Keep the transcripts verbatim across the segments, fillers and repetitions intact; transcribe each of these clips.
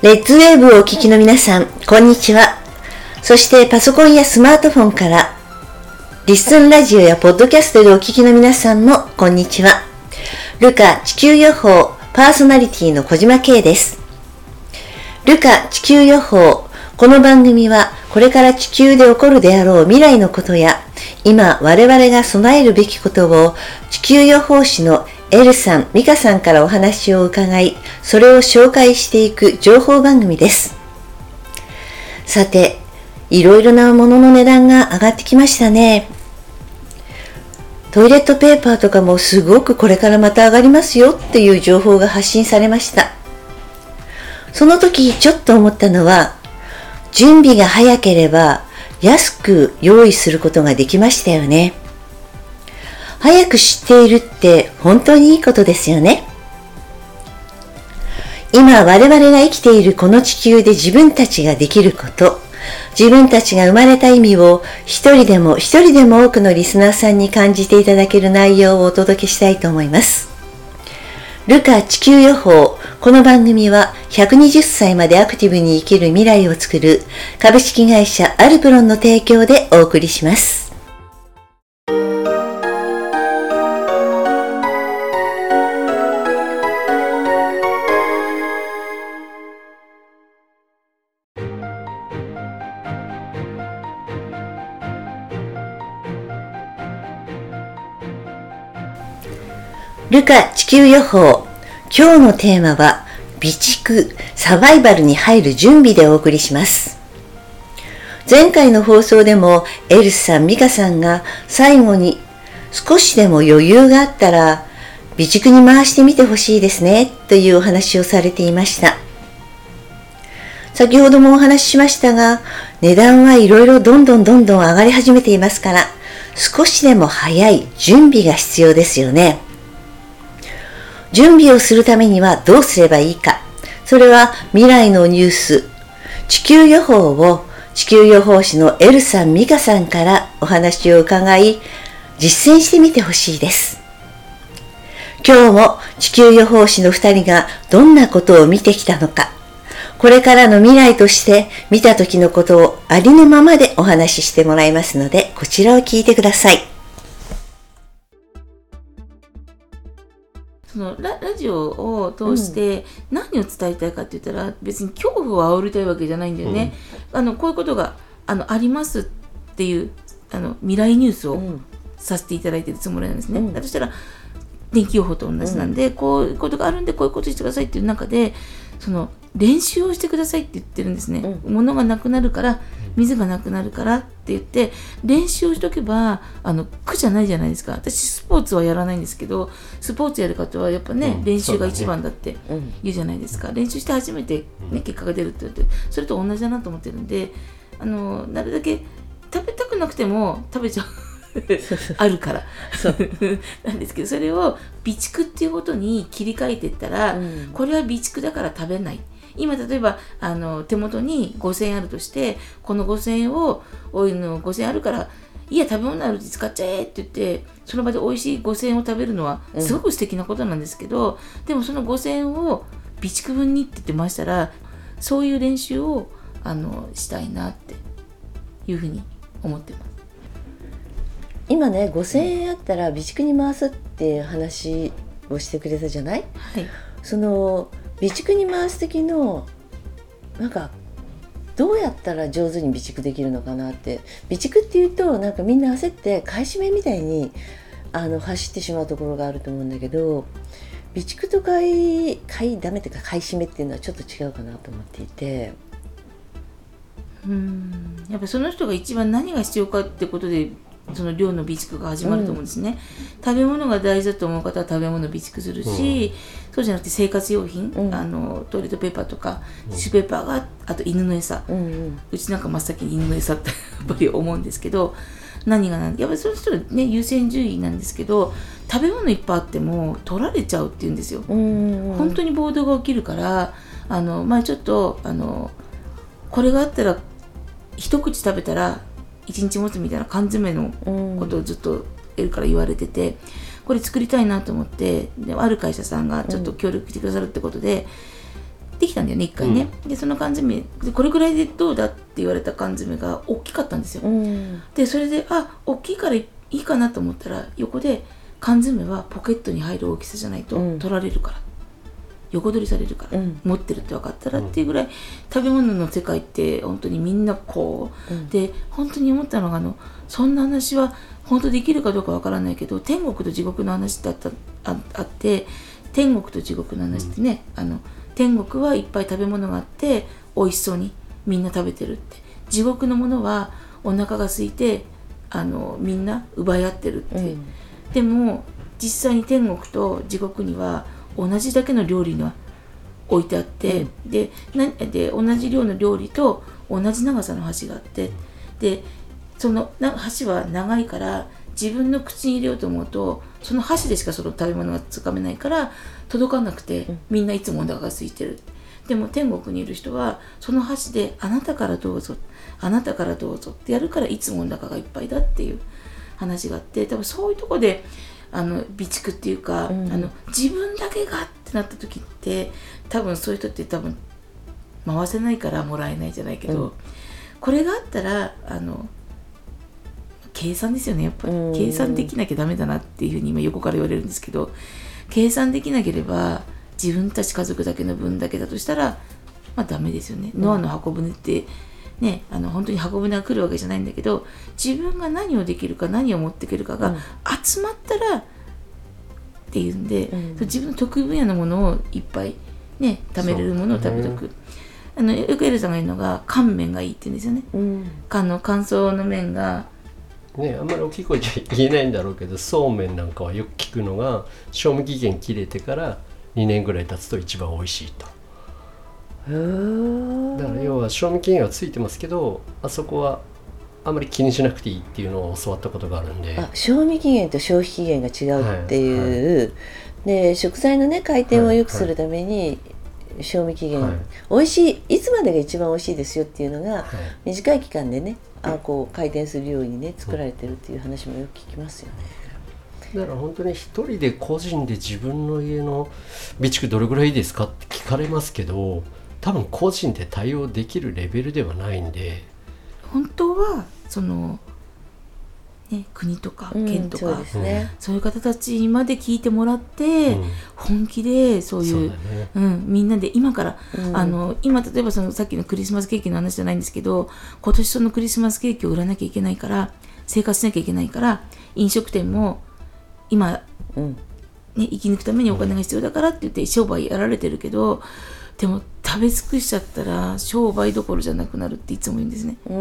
レッツウェーブをお聞きの皆さん、こんにちは。そしてパソコンやスマートフォンからリッスンラジオやポッドキャストでお聞きの皆さんもこんにちは。ルカ地球予報パーソナリティの小島慶です。ルカ地球予報、この番組はこれから地球で起こるであろう未来のことや今我々が備えるべきことを地球予報士のエルさん、ミカさんからお話を伺い、それを紹介していく情報番組です。さて、いろいろなものの値段が上がってきましたね。トイレットペーパーとかもすごくこれからまた上がりますよっていう情報が発信されました。その時ちょっと思ったのは、準備が早ければ安く用意することができましたよね。早く知っているって本当にいいことですよね。今我々が生きているこの地球で自分たちができること、自分たちが生まれた意味を一人でも一人でも多くのリスナーさんに感じていただける内容をお届けしたいと思います。ルカ地球予報、この番組はひゃくにじゅっさいまでアクティブに生きる未来を作る株式会社アルプロンの提供でお送りします。ルカ地球予報、今日のテーマは備蓄サバイバルに入る準備でお送りします。前回の放送でもエルスさん、ミカさんが最後に少しでも余裕があったら備蓄に回してみてほしいですねというお話をされていました。先ほどもお話ししましたが、値段はいろいろどんどんどんどん上がり始めていますから、少しでも早い準備が必要ですよね。準備をするためにはどうすればいいか。それは未来のニュース、地球予報を地球予報士のエルさん、ミカさんからお話を伺い、実践してみてほしいです。今日も地球予報士のふたりがどんなことを見てきたのか、これからの未来として見た時のことをありのままでお話ししてもらいますので、こちらを聞いてください。 その ラ, ラジオを通して何を伝えたいかって言ったら、別に恐怖を煽りたいわけじゃないんだよね、うん、あのこういうことが あ, のありますっていうあの未来ニュースをさせていただいているつもりなんですね、うん、だとしたら天気予報と同じなんで、うん、こういうことがあるんでこういうことしてくださいっていう中で、その練習をしてくださいって言ってるんですね、うん、物がなくなるから水がなくなるからって言って練習をしとけばあの苦じゃないじゃないですか。私スポーツはやらないんですけど、スポーツやる方はやっぱね、うん、練習が一番だって言うじゃないですか、うん、練習して初めて、ね、結果が出るって言って、それと同じだなと思ってるんで、あのなるだけ食べたくなくても食べちゃうあるからなんですけど、それを備蓄っていうことに切り替えていったら、うん、これは備蓄だから食べない。今例えばあの手元にごせんえんあるとして、このごせんえんをおいのごせんえんあるからいや食べ物あるうち使っちゃえって言ってその場で美味しいごせんえんを食べるのはすごく素敵なことなんですけど、うん、でもそのごせんえんを備蓄分にって言ってましたら、そういう練習をあのしたいなっていうふうに思ってます。 今ね、ごせんえんあったら備蓄に回すっていう話をしてくれたじゃない、はい、その備蓄に回す時のなんかどうやったら上手に備蓄できるのかなって。備蓄っていうとなんかみんな焦って買い占めみたいにあの走ってしまうところがあると思うんだけど、備蓄と買い買いダメというか買い占めっていうのはちょっと違うかなと思っていて、 うーんやっぱその人が一番何が必要かってことでその量の備蓄が始まると思うんですね、うん、食べ物が大事だと思う方は食べ物備蓄するし、うん、そうじゃなくて生活用品、うん、あのトイレットペーパーとかティッシュペーパーが、あと犬の餌、うんうん、うちなんか真っ先に犬の餌ってやっぱり思うんですけど、何が何やっぱりその人はね優先順位なんですけど、食べ物いっぱいあっても取られちゃうっていうんですよ、うんうん、本当に暴動が起きるから、あの前ちょっとあのこれがあったら一口食べたら一日持つみたいな缶詰のことをずっとエルから言われてて、これ作りたいなと思って、である会社さんがちょっと協力してくださるってことで、 できたんだよね一回ね、うん、でその缶詰でこれぐらいでどうだって言われた缶詰が大きかったんですよ、うん、でそれであ大きいからいいかなと思ったら横で缶詰はポケットに入る大きさじゃないと取られるから、うん、横取りされるから、うん、持ってるって分かったらっていうぐらい、うん、食べ物の世界って本当にみんなこう、うん、で本当に思ったのがあのそんな話は本当できるかどうか分からないけど天国と地獄の話だった あ, あって天国と地獄の話ってね、うん、あの天国はいっぱい食べ物があって美味しそうにみんな食べてるって、地獄のものはお腹が空いてあのみんな奪い合ってるって、うん、でも実際に天国と地獄には同じだけの料理が置いてあって、うん、で, なで同じ量の料理と同じ長さの箸があって、でそのな箸は長いから自分の口に入れようと思うとその箸でしかその食べ物がつかめないから届かなくて、うん、みんないつもお腹が空いてる。でも天国にいる人はその箸であなたからどうぞあなたからどうぞってやるからいつもお腹がいっぱいだっていう話があって、多分そういうとこであの備蓄っていうか、うん、あの自分だけがってなった時って多分そういう人って多分回せないからもらえないじゃないけど、うん、これがあったらあの計算ですよね、やっぱり、うん、計算できなきゃダメだなっていうふうに今横から言われるんですけど、計算できなければ自分たち家族だけの分だけだとしたらまあダメですよね、うん、ノアの箱舟ってね、あの本当に箱舟が来るわけじゃないんだけど、自分が何をできるか何を持ってくるかが集まったらっていうんで、うん、自分の得意分野のものをいっぱいね貯めれるものを食べとく、ね、あのよくエルさんが言うのが乾麺がいいって言うんですよね、うん、乾の乾燥の麺がね、あんまり大きい声じゃ言えないんだろうけど、そうめんなんかはよく聞くのが賞味期限切れてからにねんぐらい経つと一番美味しいと。へー。だから要は賞味期限はついてますけど、あそこはあまり気にしなくていいっていうのを教わったことがあるんで。 あ、賞味期限と消費期限が違うっていう、はいはい、で食材のね回転を良くするために、はいはい、賞味期限、はい、美味しいいつまでが一番美味しいですよっていうのが、はい、短い期間でねあこう回転するようにね作られてるっていう話もよく聞きますよね。 だから本当に一人で個人で自分の家の備蓄どれぐらいいいですかって聞かれますけど、多分個人で対応できるレベルではないんで、 本当はその、ね、国とか県とか、うん そうですね、そういう方たちまで聞いてもらって、うん、本気でそういう、そうだね、うん、みんなで今から、うん、あの今例えばそのさっきのクリスマスケーキの話じゃないんですけど、今年そのクリスマスケーキを売らなきゃいけないから生活しなきゃいけないから飲食店も今、うんね、生き抜くためにお金が必要だからって言って商売やられてるけど、でも食べ尽くしちゃったら商売どころじゃなくなるっていつも言うんですね、うん、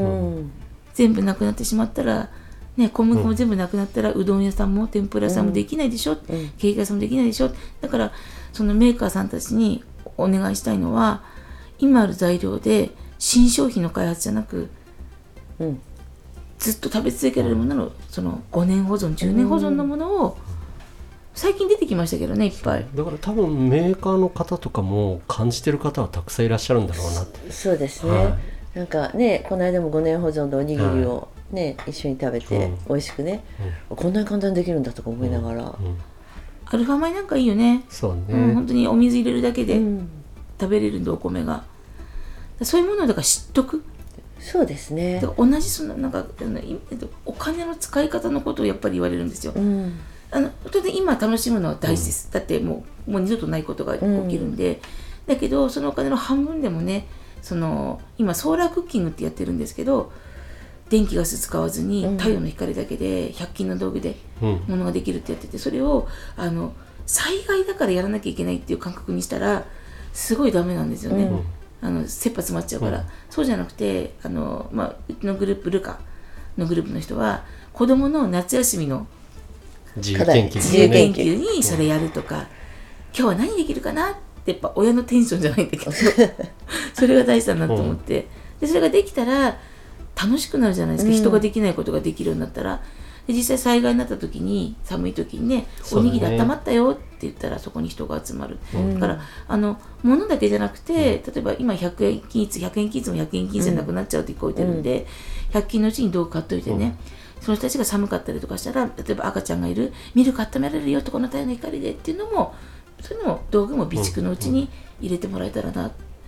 全部なくなってしまったら、ね、小麦粉も全部なくなったら、うん、うどん屋さんも天ぷら屋さんもできないでしょ、うん、ケーキ屋さんもできないでしょ。だからそのメーカーさんたちにお願いしたいのは、今ある材料で新商品の開発じゃなく、うん、ずっと食べ続けられるものの、そのごねん保存じゅうねん保存のものを、最近出てきましたけどね、いっぱい。 だから多分メーカーの方とかも感じてる方はたくさんいらっしゃるんだろうなって。 そうですね、はい、なんかねこの間もごねん保存のおにぎりを、ねはい、一緒に食べて、うん、美味しくね、うん、こんなに簡単にできるんだとか思いながら、うんうん、 アルファ米なんかいいよね。 そうね、 うん、本当にお水入れるだけで食べれるんで、お米がそういうものをだから知っとく。 そうですね。 同じそのなんかお金の使い方のことをやっぱり言われるんですよ、うん、あの当然今楽しむのは大事です、うん、だってもう、もう二度とないことが起きるんで、うん、だけどそのお金の半分でもね、その今ソーラークッキングってやってるんですけど、電気ガス使わずに太陽の光だけでひゃく均の道具でものができるってやってて、それをあの災害だからやらなきゃいけないっていう感覚にしたらすごいダメなんですよね、うん、あの切羽詰まっちゃうから、うん、そうじゃなくてあの、まあ、うちのグループルカのグループの人は子どもの夏休みの自由研究、 自由研究にそれやるとか、うん、今日は何できるかなってやっぱ親のテンションじゃないんだけどそれが大事だなと思って、でそれができたら楽しくなるじゃないですか、うん、人ができないことができるようになったら。で実際災害になった時に寒い時にね、おにぎり温まったよって言ったらそこに人が集まる、うん、だからあの物だけじゃなくて、例えば今ひゃくえん均一ひゃくえん均一もひゃくえん均一じゃなくなっちゃうって聞こえてるんで、うん、ひゃく均のうちに道具買っといてね、うん、その人たちが寒かったりとかしたら、例えば赤ちゃんがいるミルク温められるよとこの太陽の光でっていうのも、そういうのも道具も備蓄のうちに入れてもらえたらなっ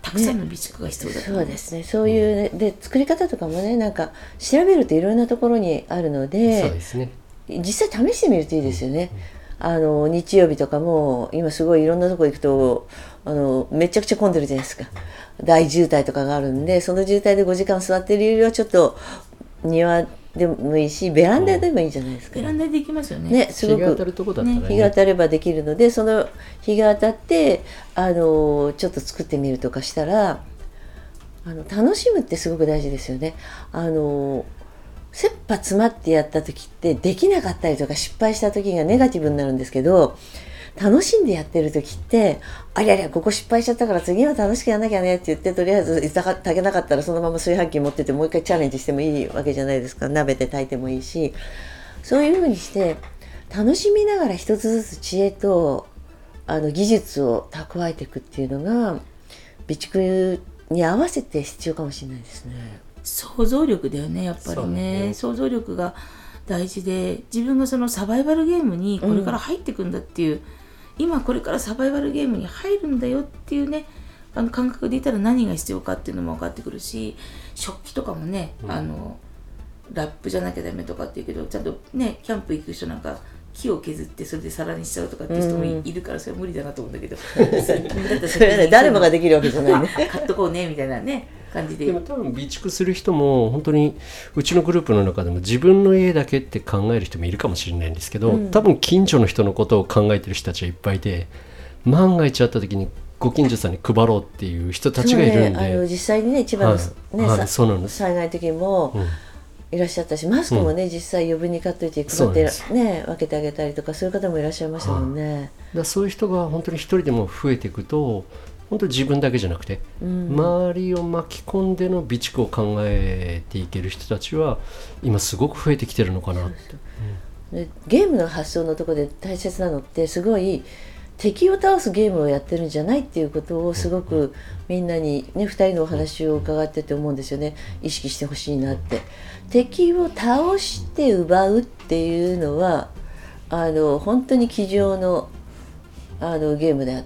たくさんの備蓄が必要だと思います。 そうですね。そういう、ね、で作り方とかもね、なんか調べるといろんなところにあるので、 そうですね、 実際試してみるといいですよね。うんうん、あの日曜日とかも今すごいいろんなとこ行くとあのめちゃくちゃ混んでるじゃないですか。大渋滞とかがあるんで、その渋滞でごじかん座ってるよりはちょっと庭でもいいし、ベランダでもいいじゃないですか。 ベランダでできますよね。 ね、すごく日が当たるとこだったらね、 日が当たればできるので、その日が当たってあのちょっと作ってみるとかしたら、あの楽しむってすごく大事ですよね。あの切羽詰まってやった時ってできなかったりとか失敗した時がネガティブになるんですけど、楽しんでやってる時ってありゃりゃここ失敗しちゃったから次は楽しくやんなきゃねって言って、とりあえず炊けなかったらそのまま炊飯器持っててもう一回チャレンジしてもいいわけじゃないですか。鍋で炊いてもいいし、そういう風にして楽しみながら一つずつ知恵とあの技術を蓄えていくっていうのが備蓄に合わせて必要かもしれないですね。 想像力だよね、やっぱり ね, ね想像力が大事で、自分がそのサバイバルゲームにこれから入っていくんだっていう、うん、今これからサバイバルゲームに入るんだよっていうね、あの感覚でいたら何が必要かっていうのも分かってくるし、食器とかもね、うん、あのラップじゃなきゃダメとかっていうけど、ちゃんとねキャンプ行く人なんか木を削ってそれで皿にしちゃうとかっていう人も い,、うん、いるから、それは無理だなと思うんだけどそれはね誰もができるわけじゃないね買っとこうねみたいなね感じで。 でも多分備蓄する人も本当にうちのグループの中でも自分の家だけって考える人もいるかもしれないんですけど、うん、多分近所の人のことを考えてる人たちはいっぱいで、万が一あった時にご近所さんに配ろうっていう人たちがいるんで、 ね、あの実際にね千葉の、はいね、はい、 そうなんです。 災害時も、うんいらっしゃったし、マスクもね、うん、実際余分に買っといて配ってね分けてあげたりとか、そういう方もいらっしゃいましたもんね。 だそういう人が本当に一人でも増えていくと、本当に自分だけじゃなくて、うん、周りを巻き込んでの備蓄を考えていける人たちは今すごく増えてきてるのかなって。 うん、でゲームの発想のところで大切なのってすごい敵を倒すゲームをやってるんじゃないっていうことをすごくみんなにねふたりのお話を伺ってて思うんですよね。意識してほしいなって。敵を倒して奪うっていうのはあの本当に机上の、あのゲームであって、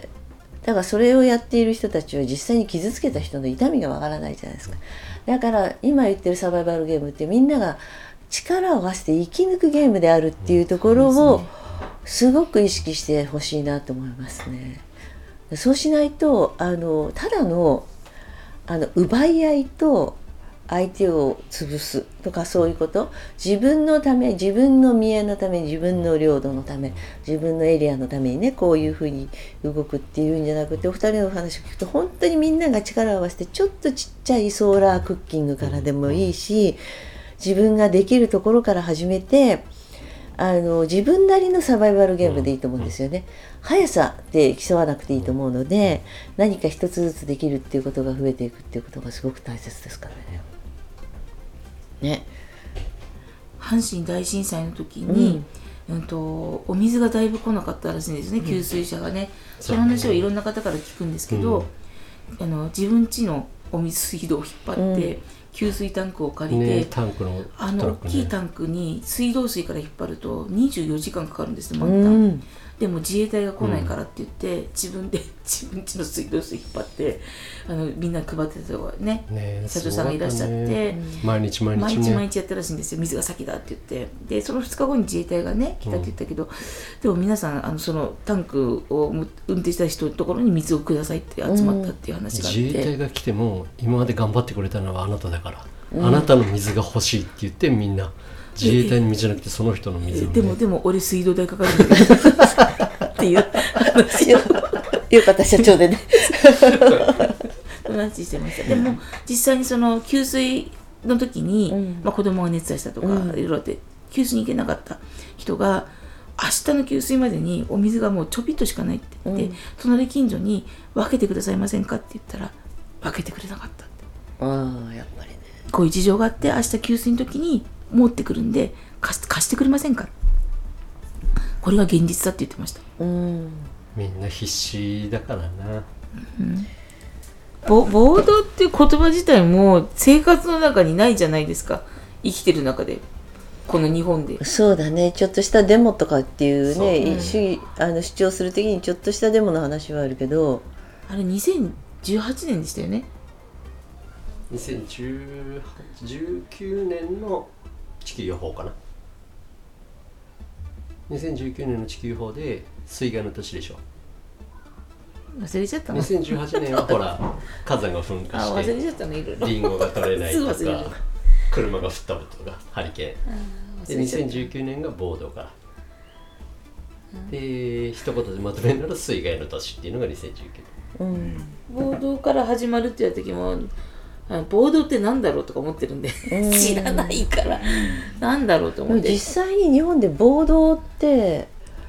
だからそれをやっている人たちは実際に傷つけた人の痛みがわからないじゃないですか。だから今言ってるサバイバルゲームってみんなが力を合わせて生き抜くゲームであるっていうところをすごく意識してほしいなと思いますね。そうしないとあのただの、あの奪い合いと相手を潰すとかそういうこと、自分のため、自分の見栄のため、自分の領土のため、自分のエリアのためにねこういうふうに動くっていうんじゃなくて、お二人の話を聞くと本当にみんなが力を合わせてちょっとちっちゃいソーラークッキングからでもいいし、自分ができるところから始めてあの自分なりのサバイバルゲームでいいと思うんですよね。速さで競わなくていいと思うので、何か一つずつできるっていうことが増えていくっていうことがすごく大切ですからね。ね、 阪神大震災の時に、うんうん、とお水がだいぶ来なかったらしいんですね、給水車がね、うん、その話をいろんな方から聞くんですけど、うん、あの自分家のお水水道を引っ張って、うん、給水タンクを借りて、 ね、タンクのあの大きいタンクに水道水から引っ張るとにじゅうよじかんかかるんですね、満タン、うん、でも自衛隊が来ないからって言って、うん、自分で自分家の水道水引っ張ってあのみんな配ってたとかね、ね社長さんがいらっしゃって、ね、 毎日毎日、ね、 毎日毎日やったらしいんですよ。水が先だって言って、でそのふつかごに自衛隊がね来たって言ったけど、うん、でも皆さんあのそのタンクを運転した人のところに水をくださいって集まったっていう話があって、うん、 自衛隊が来ても今まで頑張ってくれたのはあなただから、うん、あなたの水が欲しいって言ってみんな自衛隊の水じゃなくてその人の水を、ね、 でもでも俺水道代かかるんだけどっていう話をよかった社長でね話してました。でも実際にその給水の時に、うんまあ、子供が熱出したとか、うん、いろいろあって給水に行けなかった人が明日の給水までにお水がもうちょびっとしかないって言って、うん、隣近所に分けてくださいませんかって言ったら分けてくれなかったって。 ああやっぱりね、 こういう事情があって明日給水の時に持ってくるんで 貸, 貸してくれませんか、これが現実だって言ってました。 うんみんな必死だからな、 うんボ, ボードっていう言葉自体も生活の中にないじゃないですか、生きてる中でこの日本で。 そうだね、ちょっとしたデモとかっていうね、うん、主あの主張する時にちょっとしたデモの話はあるけど、 あれにせんじゅうはちねんでしたよね。 にせんじゅうきゅうねんの地球予報かな。にせんじゅうきゅうねんの地球予報で水害の年でしょ。 忘れちゃったの。 にせんじゅうはちねんはほら火山が噴火あ、忘れしてちゃったの、いろいろ。 リンゴが取れないとすぐ忘れるか車が吹っ飛ぶとかハリケーンでにせんじゅうきゅうねんが暴動から、で一言でまとめるなら水害の年っていうのがにせんじゅうきゅうねん、 うん、暴動から始まるって言った時も暴動ってなんだろうとか思ってるんで知らないからなんだろうと思って。 実際に日本で暴動って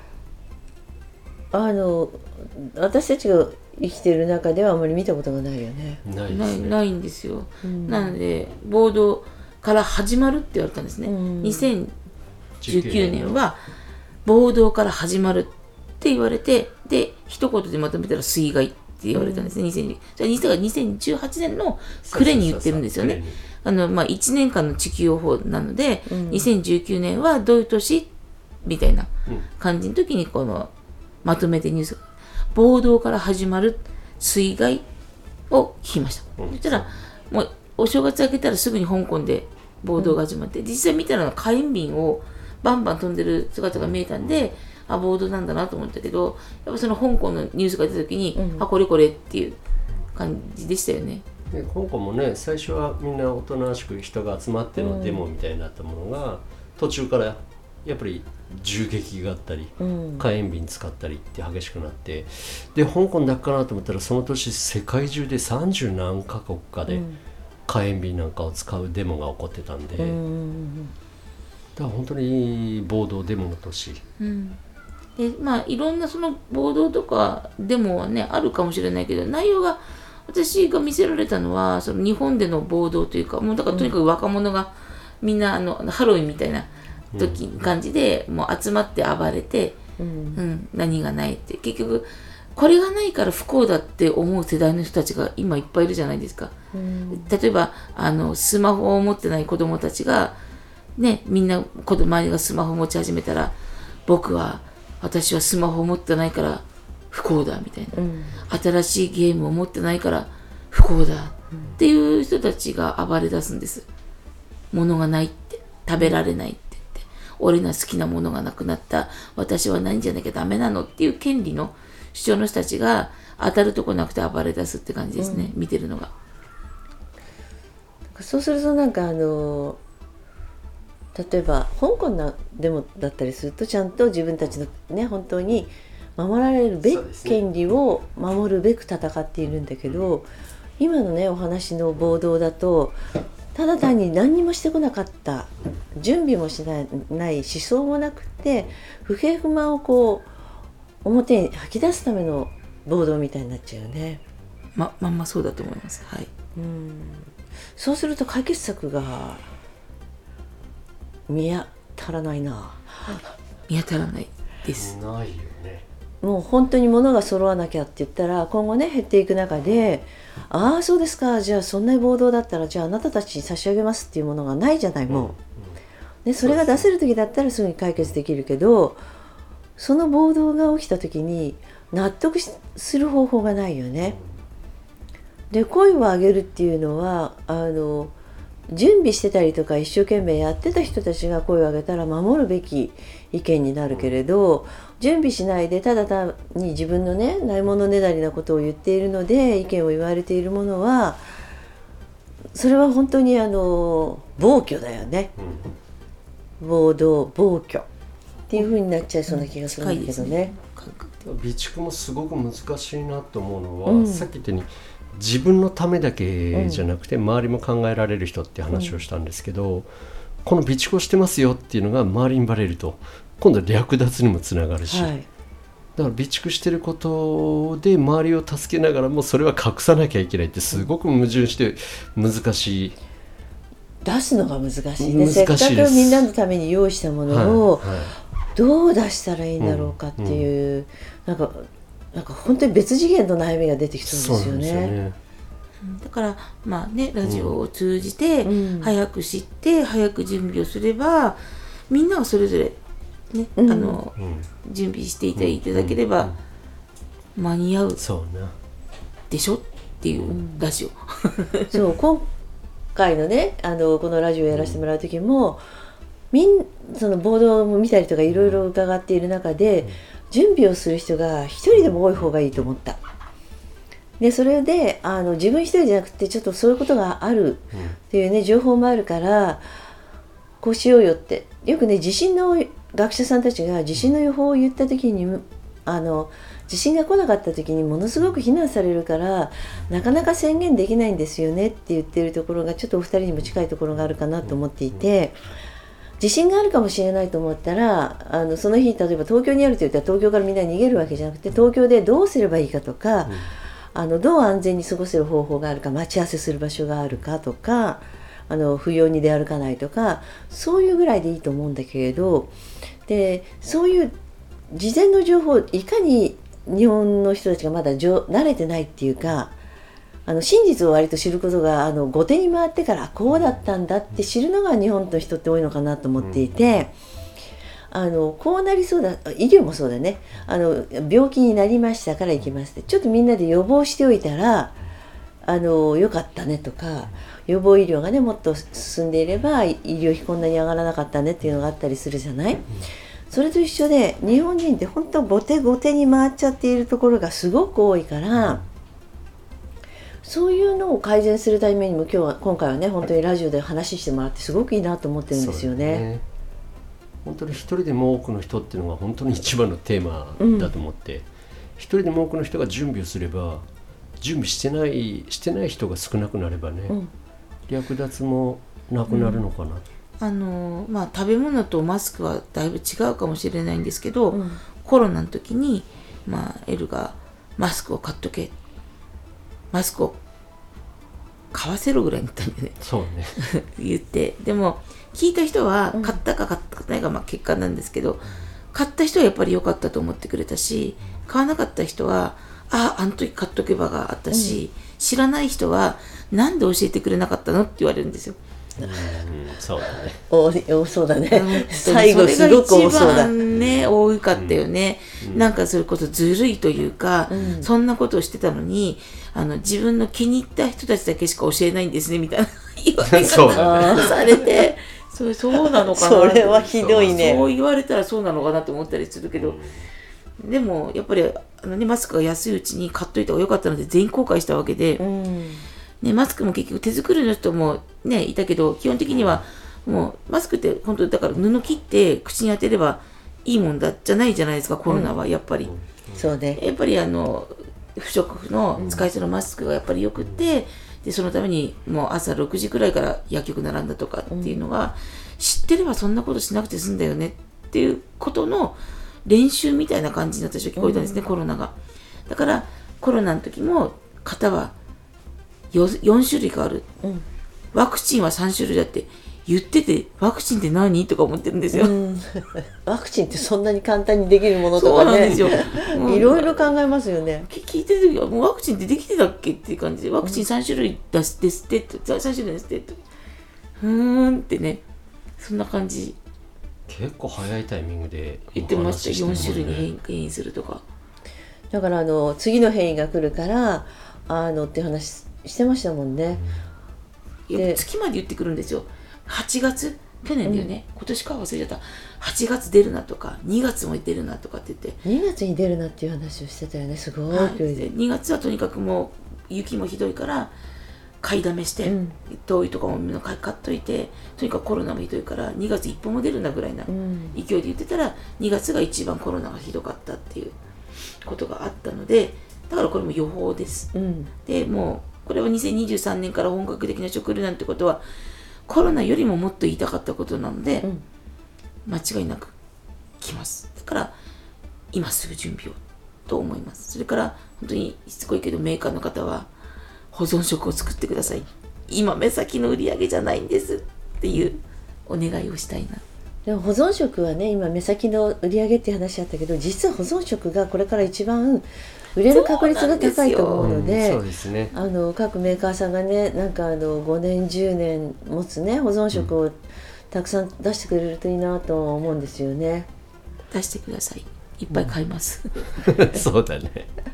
あの私たちが生きてる中ではあまり見たことがないよね。 ないですね。 ない、ないんですよ、 うん、 なので暴動から始まるって言われたんですね、うん、にせんじゅうきゅうねんは暴動から始まるって言われて、で一言でまとめたら水害って言われたんですね、うん、にせんじゅうじゃあにせんじゅうはちねんの暮れに言ってるんですよね。あの、まあ、いちねんかんの地球予報なので、うん、にせんじゅうきゅうねんはどういう年みたいな感じの時にこのまとめてニュース暴動から始まる水害を聞きました、うん、そしたらもうお正月明けたらすぐに香港で暴動が始まって、うん、実際見たら火炎瓶をバンバン飛んでる姿が見えたんで、あ、暴動なんだなと思ったけど、やっぱその香港のニュースが出た時に、うん、あ、これこれっていう感じでしたよね。 で香港もね、最初はみんなおとなしく人が集まってのデモみたいになったものが、うん、途中からやっぱり銃撃があったり、うん、火炎瓶使ったりって激しくなって、で香港だけかなと思ったらその年世界中でさんじゅうなんかこくかで火炎瓶なんかを使うデモが起こってたんで、うん、だから本当に暴動デモの年、 うん、でまあいろんなその暴動とかデモはねあるかもしれないけど、内容が私が見せられたのはその日本での暴動というか、もうだからとにかく若者がみんなあのハロウィンみたいな時、うん、感じでもう集まって暴れて、うんうん、何がないって、結局これがないから不幸だって思う世代の人たちが今いっぱいいるじゃないですか、うん、例えばあのスマホを持ってない子供たちがね、みんな子供周りがスマホを持ち始めたら、僕は私はスマホを持ってないから不幸だみたいな、うん、新しいゲームを持ってないから不幸だっていう人たちが暴れ出すんです。物がないって、食べられないって言って、俺の好きなものがなくなった、私は何じゃなきゃダメなのっていう権利の主張の人たちが当たるとこなくて暴れ出すって感じですね、うん、見てるのが。 そうするとなんかあの例えば香港のデモだったりするとちゃんと自分たちのね本当に守られるべき権利を守るべく戦っているんだけど、今のねお話の暴動だとただ単に何にもしてこなかった、準備もしない、ない思想もなくて不平不満をこう表に吐き出すための暴動みたいになっちゃうよね。 ままんまそうだと思います。はい。 うん。そうすると解決策が見当たらないな。 見当たらないです。 ないよね。 もう本当に物が揃わなきゃって言ったら今後ね減っていく中で、ああそうですか、じゃあそんな暴動だったらじゃああなたたちに差し上げますっていうものがないじゃない、もう、うんうん、でそれが出せる時だったらすぐに解決できるけど、その暴動が起きた時に納得する方法がないよね。で声を上げるっていうのはあの準備してたりとか一生懸命やってた人たちが声を上げたら守るべき意見になるけれど、準備しないでただ単に自分のねないものねだりなことを言っているので意見を言われているものは、それは本当にあの暴挙だよね、うん、暴動暴挙っていう風になっちゃいそうな気がするんだけどね。 備蓄もすごく難しいなと思うのは、うん、さっき言ったように自分のためだけじゃなくて、うん、周りも考えられる人って話をしたんですけど、うん、この備蓄をしてますよっていうのが周りにバレると今度は略奪にもつながるし、はい、だから備蓄してることで周りを助けながらもそれは隠さなきゃいけないってすごく矛盾して難しい、 出すのが難しいね。せっかくみんなのために用意したものを、はいはい、どう出したらいいんだろうかっていう、うんうん、なんかなんか本当に別次元の悩みが出てきそうですよね。そうなんですよね。 だからまあねラジオを通じて早く知って早く準備をすれば、みんなはそれぞれね、うん、あの、うん、準備していただければ間に合うでしょっっていうラジオ、 うん、そう今回のねあのこのラジオをやらせてもらう時もみんそのボードを見たりとかいろいろ伺っている中で準備をする人が一人でも多い方がいいと思った。でそれであの自分一人じゃなくてちょっとそういうことがあるっていうね情報もあるからこうしようよってよくね地震の学者さんたちが地震の予報を言った時にあの地震が来なかった時にものすごく非難されるからなかなか宣言できないんですよねって言ってるところがちょっとお二人にも近いところがあるかなと思っていて地震があるかもしれないと思ったらあのその日例えば東京にあると言ったら東京からみんな逃げるわけじゃなくて東京でどうすればいいかとか、うん、あのどう安全に過ごせる方法があるか待ち合わせする場所があるかとかあの不要に出歩かないとかそういうぐらいでいいと思うんだけれどでそういう事前の情報いかに日本の人たちがまだ慣れてないっていうかあの真実を割と知ることがあの後手に回ってからこうだったんだって知るのが日本の人って多いのかなと思っていて、うん、あのこうなりそうだ医療もそうだねあの病気になりましたから行きますってちょっとみんなで予防しておいたらあのよかったねとか予防医療がねもっと進んでいれば医療費こんなに上がらなかったねっていうのがあったりするじゃない。それと一緒で日本人って本当後手後手に回っちゃっているところがすごく多いからそういうのを改善するためにも今日は今回はね本当にラジオで話してもらってすごくいいなと思ってるんですよね。ね本当に一人でも多くの人っていうのが本当に一番のテーマだと思って、うん、一人でも多くの人が準備をすれば準備してないしてない人が少なくなればね、うん、略奪もなくなるのかな、うんあのまあ、食べ物とマスクはだいぶ違うかもしれないんですけど、うん、コロナの時に、まあ、エルがマスクを買っとけマスクを買わせろぐらいに言ったんでねそうね言ってでも聞いた人は買ったか買ったかないがまあ結果なんですけど、うん、買った人はやっぱり良かったと思ってくれたし買わなかった人はあああの時買っとけばがあったし、うん、知らない人はなんで教えてくれなかったのって言われるんですよ。 うん、そうだね。 お、そうだね。最後すごく多そうだ。 それが一番ね、多かったよね。うん、なんかそれこそずるいというか、うん、そんなことをしてたのに、あの自分の気に入った人たちだけしか教えないんですねみたいな言われ方されて、それそうなのかな。 それはひどいね。 そう言われたらそうなのかなと思ったりするけど、うん、でもやっぱりあのねマスクが安いうちに買っといた方が良かったので全員後悔したわけで。うんね、マスクも結局手作りの人も、ね、いたけど基本的にはもうマスクって本当だから布切って口に当てればいいもんだじゃないじゃないですかコロナはやっぱり、 うん、そうねやっぱりあの不織布の使い捨てのマスクがやっぱりよくって、うん、でそのためにもう朝ろくじくらいから薬局並んだとかっていうのが、うん、知ってればそんなことしなくて済んだよねっていうことの練習みたいな感じに私は聞こえたんですね、うん、コロナがだからコロナの時も型はよん種類がある、うん、ワクチンはさん種類だって言っててワクチンって何とか思ってるんですよ、うん、 ワクチンってそんなに簡単にできるものとかねそうなんですよいろいろ考えますよね聞いてる時はもうワクチンってできてたっけっていう感じでワクチンさん種類出すですってさん種類ですってってふーんってねそんな感じ結構早いタイミングで言ってました、よん種類に変異、変異するとかだからあの次の変異が来るからあのって話してましたもんね、 うん、いや月まで言ってくるんですよはちがつ去年だよね、うん、今年か忘れちゃったはちがつ出るなとかにがつも出るなとかって言ってにがつに出るなっていう話をしてたよねすごい勢いで、 はい、にがつはとにかくもう雪もひどいから買いだめして、うん、灯油とかもみんな買っといてとにかくコロナもひどいからにがつ一歩も出るなぐらいな勢いで言ってたら、にがつが一番コロナがひどかったっていうことがあったのでだからこれも予報です、うん、でもうこれはにせんにじゅうさんねんから本格的な食料なんてことはコロナよりももっと言いたかったことなので、うん、間違いなく来ますだから今すぐ準備をと思いますそれから本当にしつこいけどメーカーの方は保存食を作ってください今目先の売り上げじゃないんですっていうお願いをしたいなでも保存食はね今目先の売り上げって話あったけど実は保存食がこれから一番売れる確率が高いと思うので、 そうですね、 あの各メーカーさんがねなんかあのごねんじゅうねん持つね保存食をたくさん出してくれるといいなと思うんですよね。 出してくださいいっぱい買います、 うん、そうだね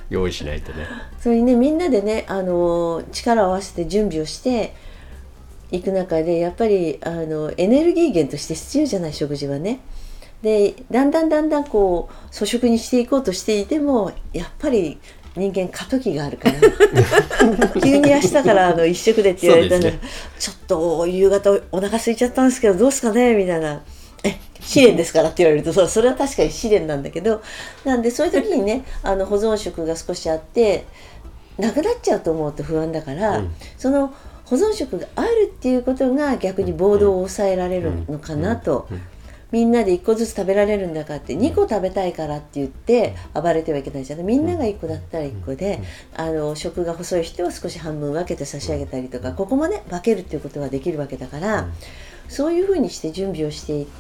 用意しないとね。 それにね、みんなでね、あの力を合わせて準備をしていく中で、やっぱりあのエネルギー源として必要じゃない、食事はね。でだんだんだんだんこう粗食にしていこうとしていても、やっぱり人間過渡期があるから急に明日からあの一食でって言われたら、ね、ちょっと夕方お腹空いちゃったんですけどどうすかねみたいな、え試練ですからって言われると、それは確かに試練なんだけど、なんでそういう時にね、あの保存食が少しあってなくなっちゃうと思うと不安だから、うん、その保存食があるっていうことが逆に暴動を抑えられるのかなと。うんうんうん、みんなでいっこずつ食べられるんだかって、にこ食べたいからって言って暴れてはいけないじゃない。みんながいっこだったらいっこで、あの食が細い人は少し半分分けて差し上げたりとか、ここもね分けるっていうことができるわけだから、そういうふうにして準備をしていって、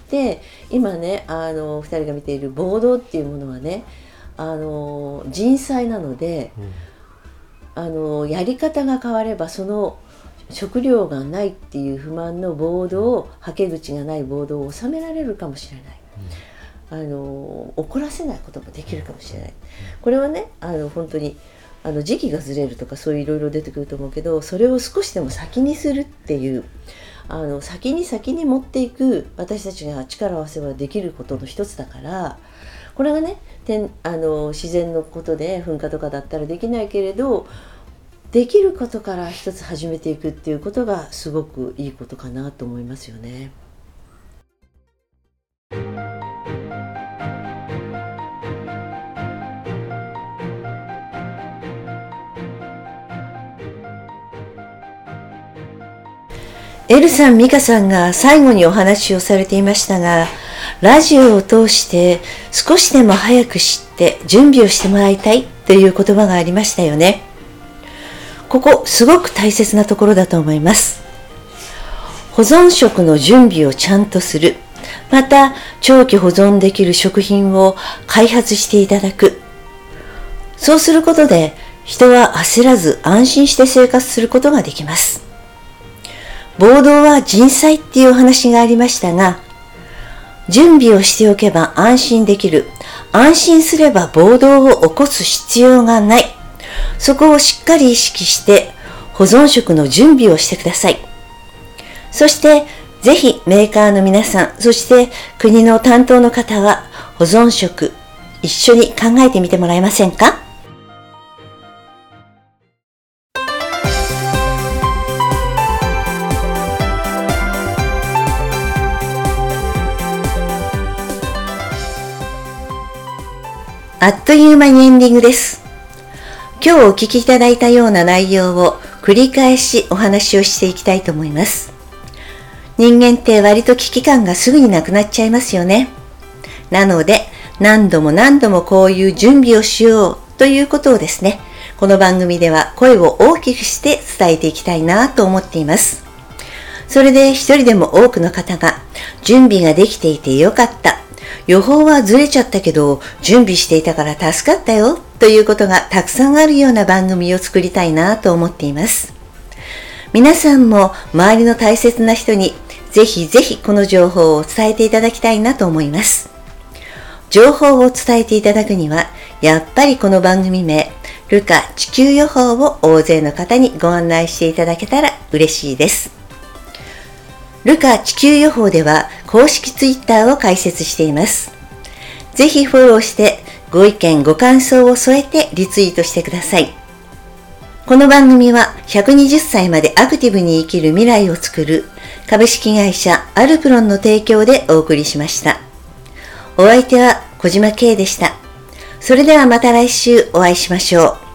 今ねあのふたりが見ている暴動っていうものはね、あの人災なので、あのやり方が変わればその食料がないっていう不満の暴動を、はけ口がない暴動を収められるかもしれない、うん、あの怒らせないこともできるかもしれない。これはね、あの本当にあの時期がずれるとかそういういろいろ出てくると思うけど、それを少しでも先にするっていう、あの先に先に持っていく、私たちが力を合わせばできることの一つだから、これがね天あの自然のことで噴火とかだったらできないけれど、できることから一つ始めていくっていうことがすごくいいことかなと思いますよね。エルさん、ミカさんが最後にお話をされていましたが、ラジオを通して少しでも早く知って準備をしてもらいたいという言葉がありましたよね。ここすごく大切なところだと思います。保存食の準備をちゃんとする。また長期保存できる食品を開発していただく。そうすることで人は焦らず安心して生活することができます。暴動は人災っていうお話がありましたが、準備をしておけば安心できる。安心すれば暴動を起こす必要がない。そこをしっかり意識して保存食の準備をしてください。そしてぜひメーカーの皆さん、そして国の担当の方は保存食一緒に考えてみてもらえませんか？あっという間にエンディングです。今日お聞きいただいたような内容を繰り返しお話をしていきたいと思います。人間って割と危機感がすぐになくなっちゃいますよね。なので何度も何度もこういう準備をしようということをですね、この番組では声を大きくして伝えていきたいなと思っています。それで一人でも多くの方が準備ができていてよかった。予報はずれちゃったけど準備していたから助かったよということがたくさんあるような番組を作りたいなと思っています。皆さんも周りの大切な人にぜひぜひこの情報を伝えていただきたいなと思います。情報を伝えていただくにはやっぱりこの番組名ルカ地球予報を大勢の方にご案内していただけたら嬉しいです。ルカ地球予報では公式ツイッターを開設しています。ぜひフォローしてご意見ご感想を添えてリツイートしてください。この番組はひゃくにじゅっさいまでアクティブに生きる未来を作る株式会社アルプロンの提供でお送りしました。お相手は小島慶でした。それではまた来週お会いしましょう。